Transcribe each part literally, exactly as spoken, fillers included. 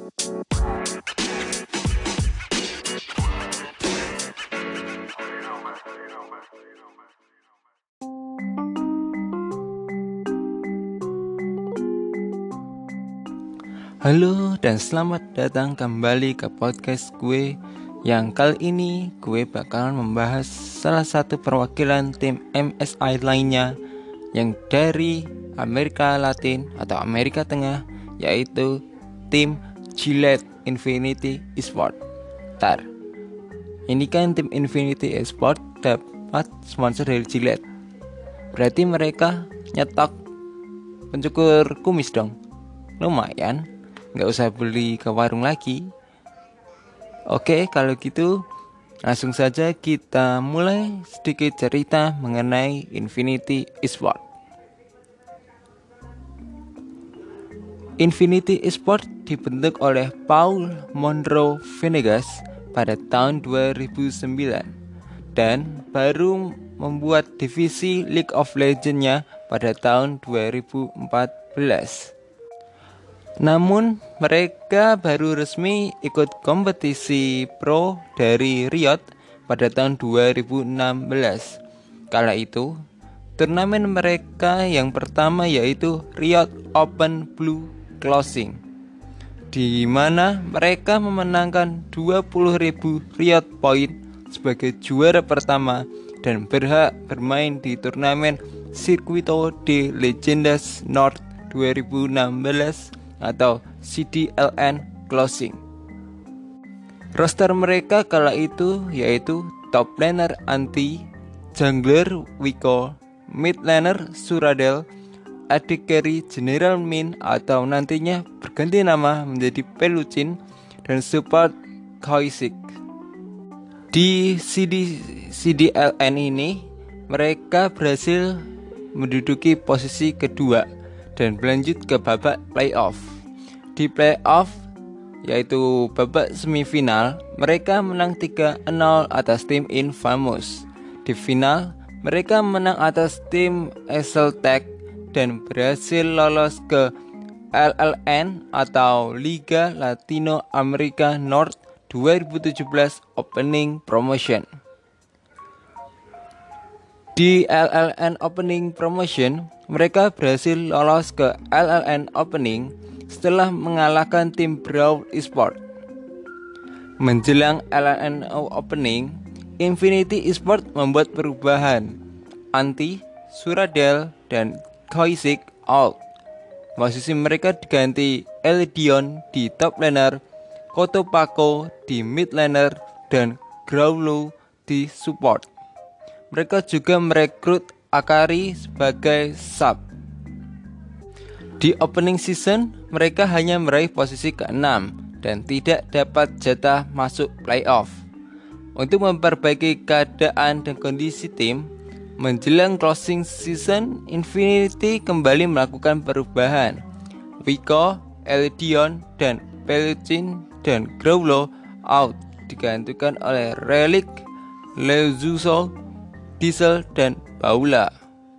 Halo dan selamat datang kembali ke podcast gue. Yang kali ini gue bakalan membahas salah satu perwakilan tim M S I lainnya yang dari Amerika Latin atau Amerika Tengah, yaitu tim Gillette Infinity Esports. Tar, ini kan tim Infinity Esports dapat sponsor dari Gillette. Berarti mereka nyetok pencukur kumis dong. Lumayan, gak usah beli ke warung lagi. Oke, kalau gitu langsung saja kita mulai sedikit cerita mengenai Infinity Esports. Infinity Esports dibentuk oleh Paul Monroe Venegas pada tahun dua ribu sembilan dan baru membuat divisi League of Legends-nya pada tahun dua ribu empat belas. Namun mereka baru resmi ikut kompetisi pro dari Riot pada tahun dua ribu enam belas. Kala itu, turnamen mereka yang pertama yaitu Riot Open Blue Closing, di mana mereka memenangkan dua puluh ribu Riot Point sebagai juara pertama dan berhak bermain di turnamen Circuito de Leyendas North dua ribu enam belas atau C D L N Closing. Roster mereka kala itu yaitu top laner Anti, jungler Wiko, mid laner Suradel, A D carry General Min atau nantinya berganti nama menjadi Pelucin, dan support Koisik. Di C D, C D L N ini mereka berhasil menduduki posisi kedua dan berlanjut ke babak playoff. Di playoff, yaitu babak semifinal, mereka menang tiga nol atas tim Infamous. Di final, mereka menang atas tim Exceltech dan berhasil lolos ke L L N atau Liga Latino America North dua ribu tujuh belas Opening Promotion. Di L L N Opening Promotion, mereka berhasil lolos ke L L N Opening setelah mengalahkan tim Brawl Esports. Menjelang L L N Opening, Infinity Esports membuat perubahan. Anti, Suradel, dan Koisik out. Posisi mereka diganti Eldion di top laner, Kotopako di mid laner, dan Growlo di support. Mereka juga merekrut Akari sebagai sub. Di opening season, mereka hanya meraih posisi keenam dan tidak dapat jatah masuk playoff. Untuk memperbaiki keadaan dan kondisi tim, menjelang closing season, Infinity kembali melakukan perubahan. Wiko, Eldion, dan Pelucin dan Growlo out, digantikan oleh Relic, Lezuso, Diesel, dan Paula.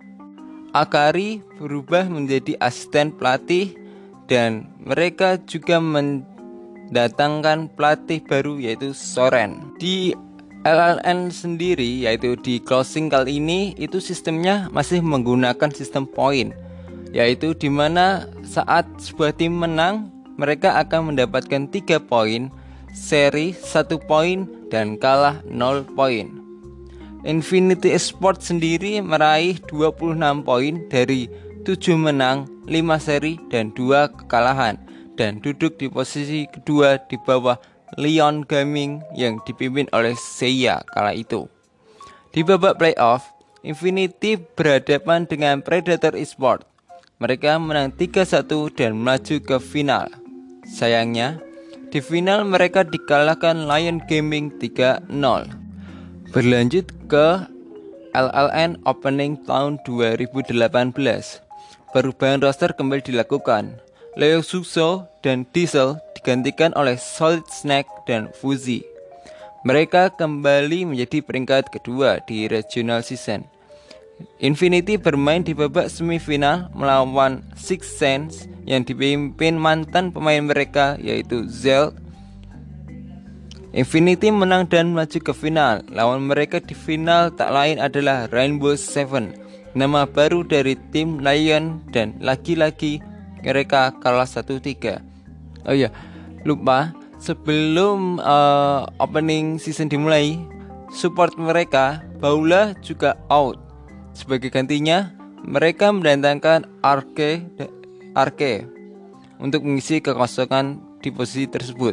Akari berubah menjadi asisten pelatih dan mereka juga mendatangkan pelatih baru yaitu Soren. Di L L N sendiri, yaitu di closing kali ini, itu sistemnya masih menggunakan sistem poin, yaitu dimana saat sebuah tim menang, mereka akan mendapatkan tiga poin, seri satu poin, dan kalah nol poin. Infinity Esports sendiri meraih dua puluh enam poin dari tujuh menang, lima seri, dan dua kekalahan, dan duduk di posisi kedua di bawah Leon Gaming yang dipimpin oleh Seiya kala itu. Di babak playoff, Infinity berhadapan dengan Predator Esports. Mereka menang tiga satu dan melaju ke final. Sayangnya, di final mereka dikalahkan Lion Gaming tiga nol. Berlanjut ke L L N Opening tahun dua ribu delapan belas. Perubahan roster kembali dilakukan. Leo Suso dan Diesel digantikan oleh Solid Snake dan Fuzi. Mereka kembali menjadi peringkat kedua di regional season. Infinity bermain di babak semifinal melawan Six Sense yang dipimpin mantan pemain mereka yaitu Zell. Infinity menang dan maju ke final. Lawan mereka di final tak lain adalah Rainbow Seven, nama baru dari tim Lion, dan lagi-lagi mereka kalah satu tiga. Oh iya, lupa, sebelum uh, opening season dimulai, support mereka, Paula, juga out. Sebagai gantinya, mereka mendatangkan Arke, Arke untuk mengisi kekosongan di posisi tersebut.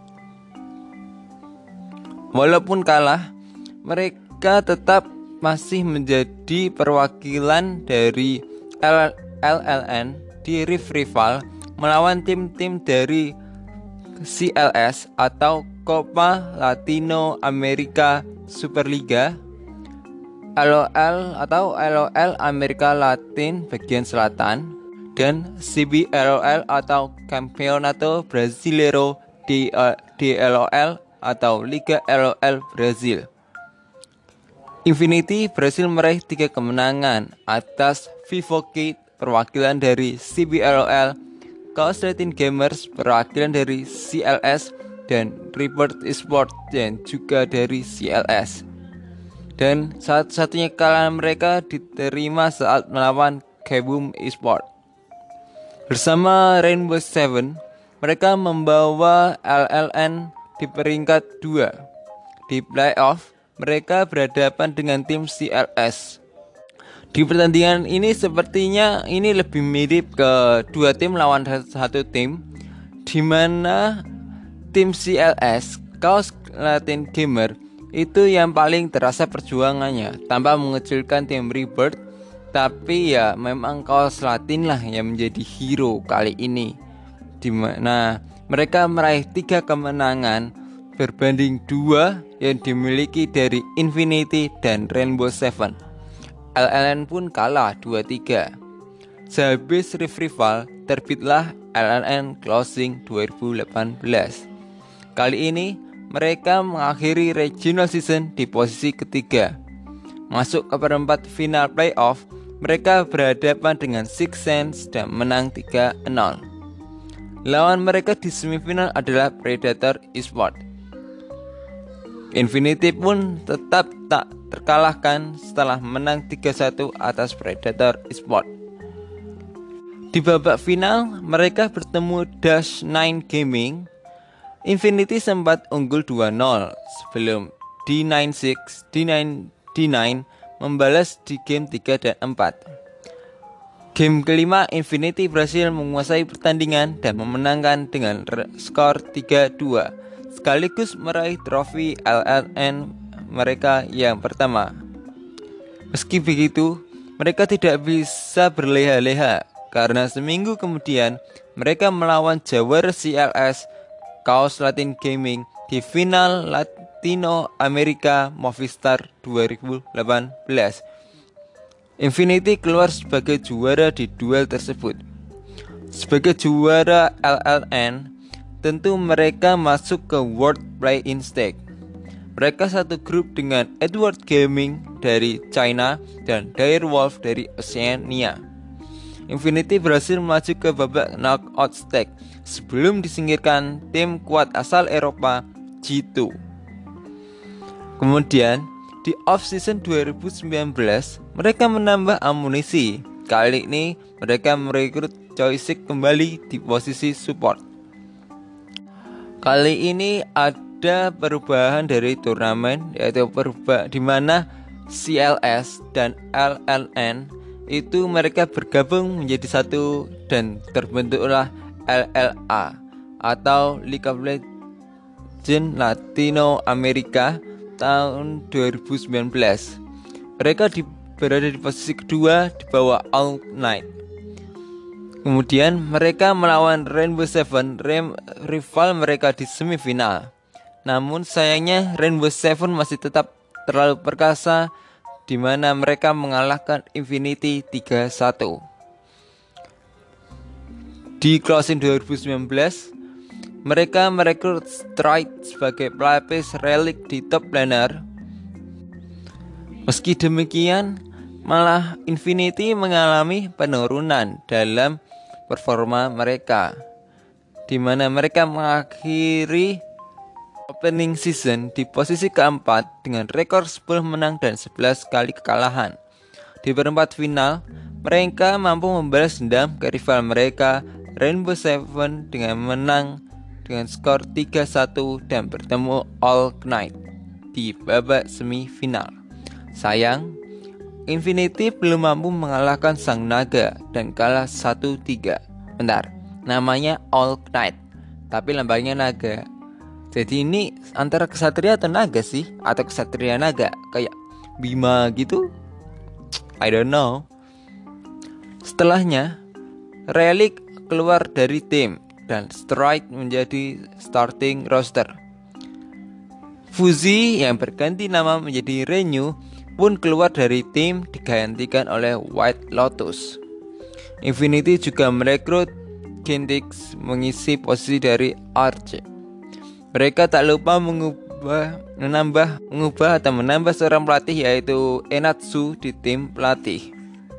Walaupun kalah, mereka tetap masih menjadi perwakilan dari L L N di Rift Rival melawan tim-tim dari C L S atau Copa Latino America Superliga, L O L atau L O L Amerika Latin bagian selatan, dan C B L O L atau Campeonato Brasileiro di L O L atau Liga L O L Brasil. Infinity berhasil meraih tiga kemenangan atas Vivo Kid perwakilan dari C B L O L, Chaos Latin Gamers perwakilan dari C L S, dan Rebirth Esports dan juga dari C L S. Dan satu-satunya kekalahan mereka diterima saat melawan Kaboom Esports. Bersama Rainbow Seven, mereka membawa L L N di peringkat dua. Di playoff, mereka berhadapan dengan tim C L S. Di pertandingan ini sepertinya ini lebih mirip ke dua tim lawan satu tim, di mana tim C L S, Chaos Latin Gamer, itu yang paling terasa perjuangannya tanpa mengecilkan tim Rebirth. Tapi ya memang Chaos Latin lah yang menjadi hero kali ini, dimana mereka meraih tiga kemenangan berbanding dua yang dimiliki dari Infinity dan Rainbow Seven. L L N pun kalah dua tiga. Sehabis Rift Rival, terbitlah L L N Closing dua ribu delapan belas. Kali ini mereka mengakhiri regional season di posisi ketiga. Masuk ke perempat final playoff, mereka berhadapan dengan Six Sense dan menang tiga nol. Lawan mereka di semifinal adalah Predator Esports. Infinity pun tetap tak terkalahkan setelah menang tiga satu atas Predator Esports. Di babak final, mereka bertemu Dash sembilan Gaming. Infinity sempat unggul dua nol sebelum D sembilan enam D sembilan D sembilan membalas di game tiga dan empat. Game kelima, Infinity berhasil menguasai pertandingan dan memenangkan dengan skor tiga dua, sekaligus meraih trofi L L N mereka yang pertama. Meski begitu, mereka tidak bisa berleha-leha karena seminggu kemudian mereka melawan jawara C L S, Chaos Latin Gaming, di final Latino America Movistar dua ribu delapan belas. Infinity keluar sebagai juara di duel tersebut. Sebagai juara L L N, tentu mereka masuk ke World Play-in Stake. Mereka satu grup dengan Edward Gaming dari China dan Direwolf dari Oceania. Infinity berhasil maju ke babak knockout stage sebelum disingkirkan tim kuat asal Eropa G dua. Kemudian di off-season dua ribu sembilan belas mereka menambah amunisi. Kali ini mereka merekrut Joystick kembali di posisi support. Kali ini ada perubahan dari turnamen, yaitu perubahan di mana C L S dan L L N itu mereka bergabung menjadi satu dan terbentuklah L L A atau League of Legends Latino America tahun dua ribu sembilan belas. Mereka di, berada di posisi kedua di bawah All Night. Kemudian mereka melawan Rainbow Seven, rem, rival mereka di semifinal. Namun sayangnya Rainbow Seven masih tetap terlalu perkasa, di mana mereka mengalahkan Infinity tiga satu. Di closing dua ribu sembilan belas, mereka merekrut Stride sebagai pelapis relik di top laner. Meski demikian, malah Infinity mengalami penurunan dalam performa mereka, di mana mereka mengakhiri opening season di posisi keempat dengan rekor sepuluh menang dan sebelas kali kekalahan. Di perempat final, mereka mampu membalas dendam ke rival mereka Rainbow Seven dengan menang dengan skor tiga satu dan bertemu All Knight di babak semifinal. Sayang, Infinity belum mampu mengalahkan Sang Naga dan kalah satu tiga. Bentar, namanya All Knight, tapi lambangnya naga. Jadi ini antara kesatria atau naga sih? Atau kesatria naga, kayak Bima gitu? I don't know. Setelahnya, Relic keluar dari tim dan Strike menjadi starting roster. Fuzi yang berganti nama menjadi Renew pun keluar dari tim digantikan oleh White Lotus. Infinity juga merekrut Kintix mengisi posisi dari Arch. Mereka tak lupa mengubah, menambah, mengubah atau menambah seorang pelatih yaitu Enatsu di tim pelatih.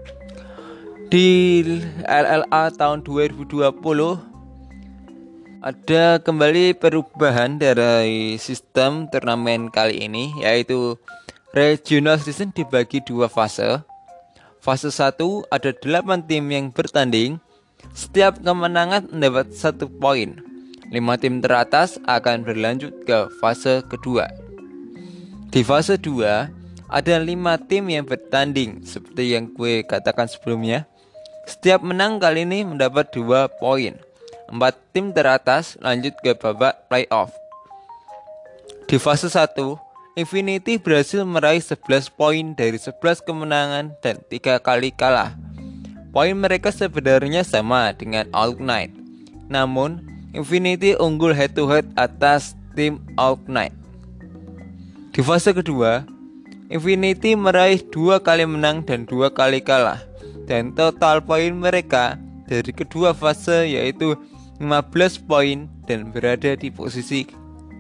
Di L L A tahun dua ribu dua puluh ada kembali perubahan dari sistem turnamen kali ini, yaitu regional season dibagi dua fase. Fase satu ada delapan tim yang bertanding. Setiap kemenangan mendapat satu poin. lima tim teratas akan berlanjut ke fase kedua. Di fase dua ada lima tim yang bertanding. Seperti yang gue katakan sebelumnya, setiap menang kali ini mendapat dua poin. Empat tim teratas lanjut ke babak playoff. Di fase satu, Infinity berhasil meraih sebelas poin dari sebelas kemenangan dan tiga kali kalah. Poin mereka sebenarnya sama dengan All Knight. Namun, Infinity unggul head to head atas tim All Knight. Di fase kedua, Infinity meraih dua kali menang dan dua kali kalah. Dan total poin mereka dari kedua fase yaitu lima belas poin dan berada di posisi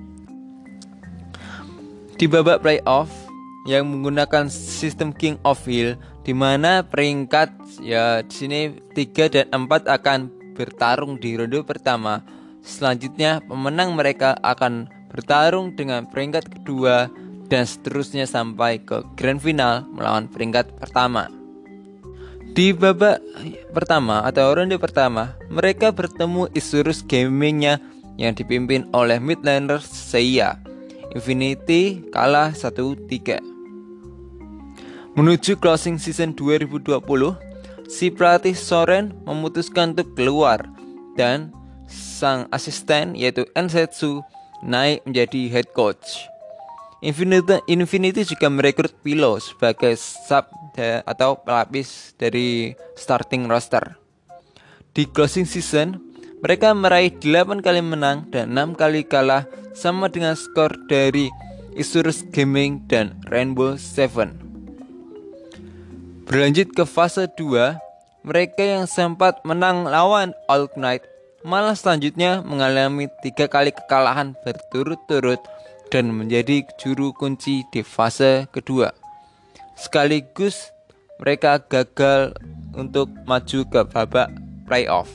di babak playoff yang menggunakan sistem King of Hill, di mana peringkat ya di sini tiga dan empat akan bertarung di ronde pertama. Selanjutnya pemenang mereka akan bertarung dengan peringkat kedua dan seterusnya sampai ke grand final melawan peringkat pertama. Di babak pertama atau ronde pertama, mereka bertemu Isurus Gaming-nya yang dipimpin oleh midlaner Seiya. Infinity kalah satu tiga. Menuju closing season dua ribu dua puluh, si pelatih Soren memutuskan untuk keluar dan sang asisten yaitu Ensetsu naik menjadi head coach. Infinity, Infinity juga merekrut Pilo sebagai sub de, atau pelapis dari starting roster. Di closing season, mereka meraih delapan kali menang dan enam kali kalah, sama dengan skor dari Isurus Gaming dan Rainbow Seven. Berlanjut ke fase dua, mereka yang sempat menang lawan All Knight malah selanjutnya mengalami tiga kali kekalahan berturut-turut dan menjadi juru kunci di fase kedua. Sekaligus mereka gagal untuk maju ke babak playoff.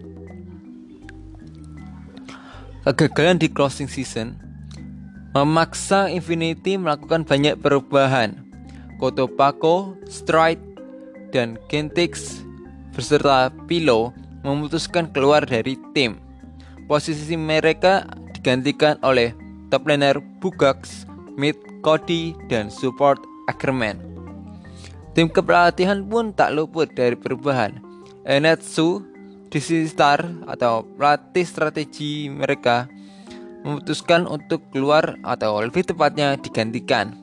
Kegagalan di closing season memaksa Infinity melakukan banyak perubahan. Kotopako, Stride, dan Kintix beserta Pilo memutuskan keluar dari tim. Posisi mereka digantikan oleh top laner Bugax, mid Cody, dan support Ackerman. Tim kepelatihan pun tak luput dari perubahan. Enetsu, D C Star atau pelatih strategi mereka, memutuskan untuk keluar atau lebih tepatnya digantikan.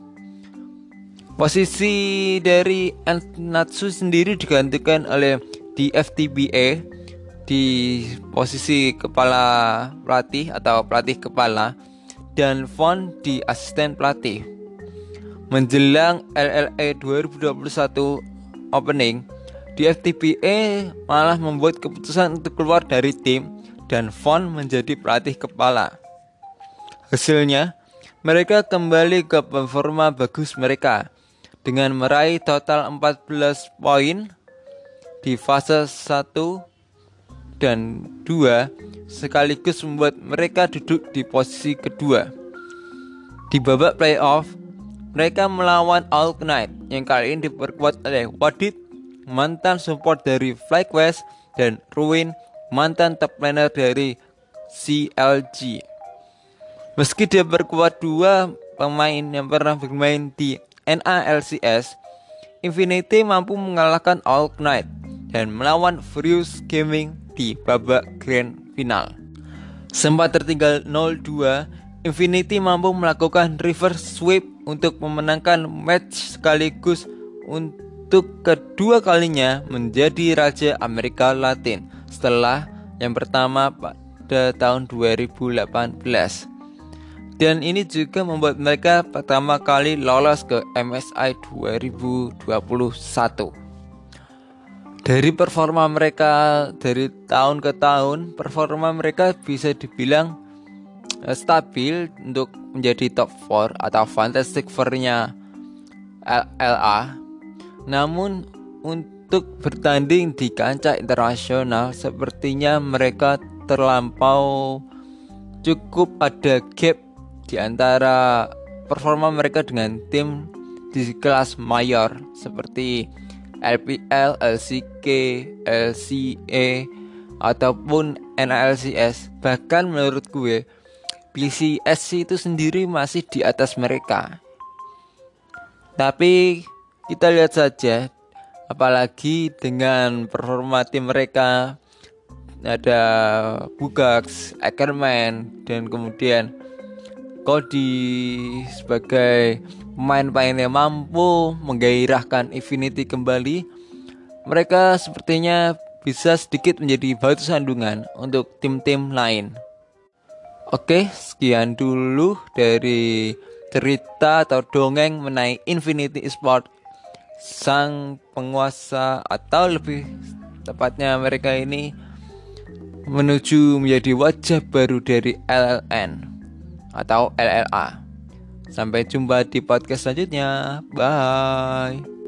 Posisi dari Enetsu sendiri digantikan oleh D F T B A di posisi kepala pelatih atau pelatih kepala, dan Von di asisten pelatih. Menjelang L L A dua ribu dua puluh satu opening, D F T B A malah membuat keputusan untuk keluar dari tim dan Von menjadi pelatih kepala. Hasilnya, mereka kembali ke performa bagus mereka dengan meraih total empat belas poin di fase satu dan dua, sekaligus membuat mereka duduk di posisi kedua. Di babak playoff, mereka melawan All Knight yang kali ini diperkuat oleh Wadid, mantan support dari FlyQuest, dan Ruin, mantan top laner dari C L G. Meski dia berkuat dua pemain yang pernah bermain di N A L C S, Infinity mampu mengalahkan All Knight dan melawan Furious Gaming di babak grand final. Sempat tertinggal nol dua, Infinity mampu melakukan reverse sweep untuk memenangkan match sekaligus untuk kedua kalinya menjadi Raja Amerika Latin setelah yang pertama pada tahun dua ribu delapan belas. Dan ini juga membuat mereka pertama kali lolos ke M S I dua ribu dua puluh satu. Dari performa mereka dari tahun ke tahun, performa mereka bisa dibilang stabil untuk menjadi top empat atau Fantastic Four-nya L A. Namun untuk bertanding di kancah internasional sepertinya mereka terlampau cukup ada gap di antara performa mereka dengan tim di kelas mayor seperti L P L, L C K, L C A ataupun N A L C S. Bahkan menurut gue P C S itu sendiri masih di atas mereka. Tapi kita lihat saja, apalagi dengan performa tim mereka, ada Bugax, Ackerman, dan kemudian Cody sebagai pemain-pemain yang mampu menggairahkan Infinity kembali. Mereka sepertinya bisa sedikit menjadi batu sandungan untuk tim-tim lain. Oke, sekian dulu dari cerita atau dongeng mengenai Infinity Esports, sang penguasa atau lebih tepatnya mereka ini menuju menjadi wajah baru dari L L N atau L L A. Sampai jumpa di podcast selanjutnya. Bye.